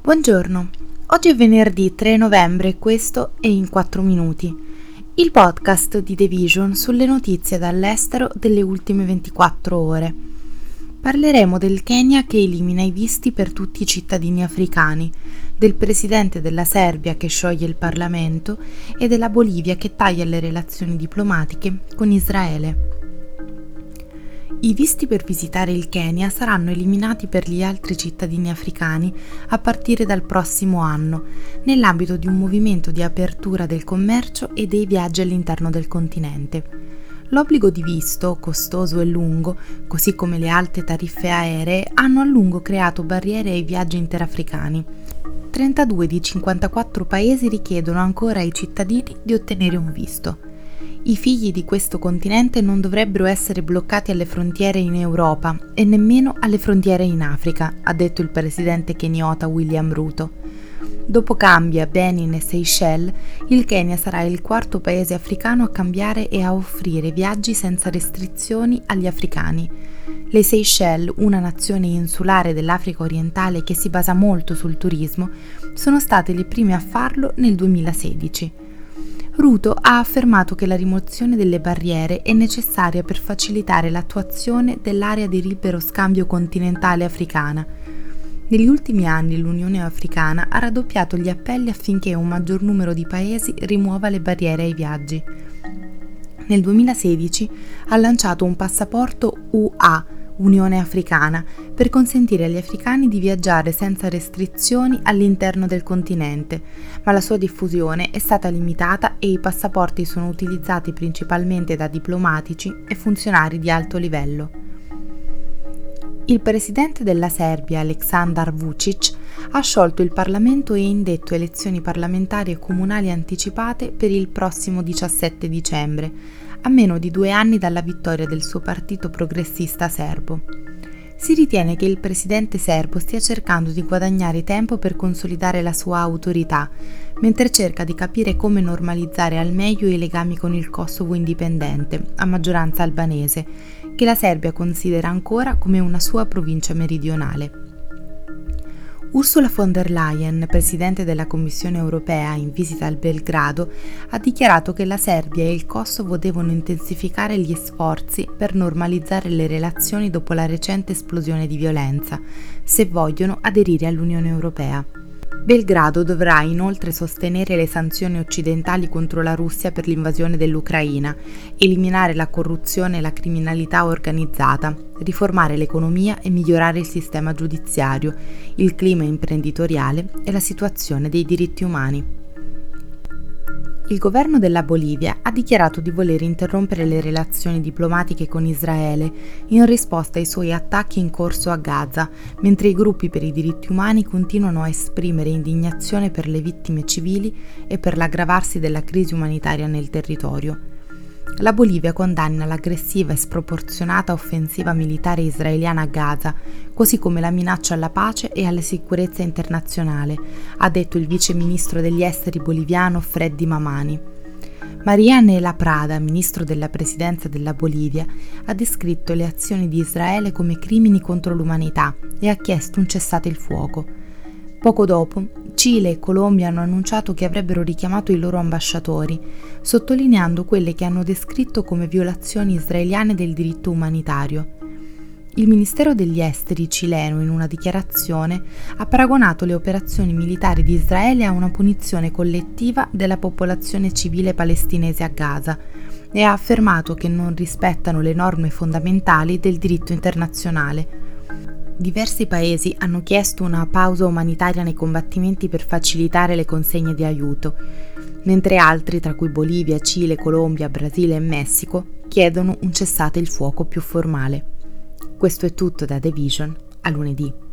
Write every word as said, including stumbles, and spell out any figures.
Buongiorno, oggi è venerdì tre novembre e questo è In quattro minuti, il podcast di The Vision sulle notizie dall'estero delle ultime ventiquattro ore. Parleremo del Kenya che elimina i visti per tutti i cittadini africani, del presidente della Serbia che scioglie il Parlamento e della Bolivia che taglia le relazioni diplomatiche con Israele. I visti per visitare il Kenya saranno eliminati per gli altri cittadini africani a partire dal prossimo anno, nell'ambito di un movimento di apertura del commercio e dei viaggi all'interno del continente. L'obbligo di visto, costoso e lungo, così come le alte tariffe aeree, hanno a lungo creato barriere ai viaggi interafricani. trentadue di cinquantaquattro paesi richiedono ancora ai cittadini di ottenere un visto. I figli di questo continente non dovrebbero essere bloccati alle frontiere in Europa e nemmeno alle frontiere in Africa, ha detto il presidente keniota William Ruto. Dopo Gambia, Benin e Seychelles, il Kenya sarà il quarto paese africano a cambiare e a offrire viaggi senza restrizioni agli africani. Le Seychelles, una nazione insulare dell'Africa orientale che si basa molto sul turismo, sono state le prime a farlo nel duemilasedici. Ruto ha affermato che la rimozione delle barriere è necessaria per facilitare l'attuazione dell'area di libero scambio continentale africana. Negli ultimi anni l'Unione Africana ha raddoppiato gli appelli affinché un maggior numero di paesi rimuova le barriere ai viaggi. Nel duemilasedici ha lanciato un passaporto U A, Unione Africana, per consentire agli africani di viaggiare senza restrizioni all'interno del continente, ma la sua diffusione è stata limitata e i passaporti sono utilizzati principalmente da diplomatici e funzionari di alto livello. Il presidente della Serbia, Aleksandar Vučić, ha sciolto il Parlamento e indetto elezioni parlamentari e comunali anticipate per il prossimo diciassette dicembre, a meno di due anni dalla vittoria del suo partito progressista serbo. Si ritiene che il presidente serbo stia cercando di guadagnare tempo per consolidare la sua autorità, mentre cerca di capire come normalizzare al meglio i legami con il Kosovo indipendente, a maggioranza albanese, che la Serbia considera ancora come una sua provincia meridionale. Ursula von der Leyen, presidente della Commissione europea in visita a Belgrado, ha dichiarato che la Serbia e il Kosovo devono intensificare gli sforzi per normalizzare le relazioni dopo la recente esplosione di violenza, se vogliono aderire all'Unione Europea. Belgrado dovrà inoltre sostenere le sanzioni occidentali contro la Russia per l'invasione dell'Ucraina, eliminare la corruzione e la criminalità organizzata, riformare l'economia e migliorare il sistema giudiziario, il clima imprenditoriale e la situazione dei diritti umani. Il governo della Bolivia ha dichiarato di voler interrompere le relazioni diplomatiche con Israele in risposta ai suoi attacchi in corso a Gaza, mentre i gruppi per i diritti umani continuano a esprimere indignazione per le vittime civili e per l'aggravarsi della crisi umanitaria nel territorio. La Bolivia condanna l'aggressiva e sproporzionata offensiva militare israeliana a Gaza, così come la minaccia alla pace e alla sicurezza internazionale, ha detto il vice ministro degli esteri boliviano Freddy Mamani. María Nela Prada, ministro della presidenza della Bolivia, ha descritto le azioni di Israele come crimini contro l'umanità e ha chiesto un cessate il fuoco. Poco dopo, Cile e Colombia hanno annunciato che avrebbero richiamato i loro ambasciatori, sottolineando quelle che hanno descritto come violazioni israeliane del diritto umanitario. Il Ministero degli Esteri cileno, in una dichiarazione, ha paragonato le operazioni militari di Israele a una punizione collettiva della popolazione civile palestinese a Gaza e ha affermato che non rispettano le norme fondamentali del diritto internazionale. Diversi paesi hanno chiesto una pausa umanitaria nei combattimenti per facilitare le consegne di aiuto, mentre altri, tra cui Bolivia, Cile, Colombia, Brasile e Messico, chiedono un cessate il fuoco più formale. Questo è tutto da The Vision, a lunedì.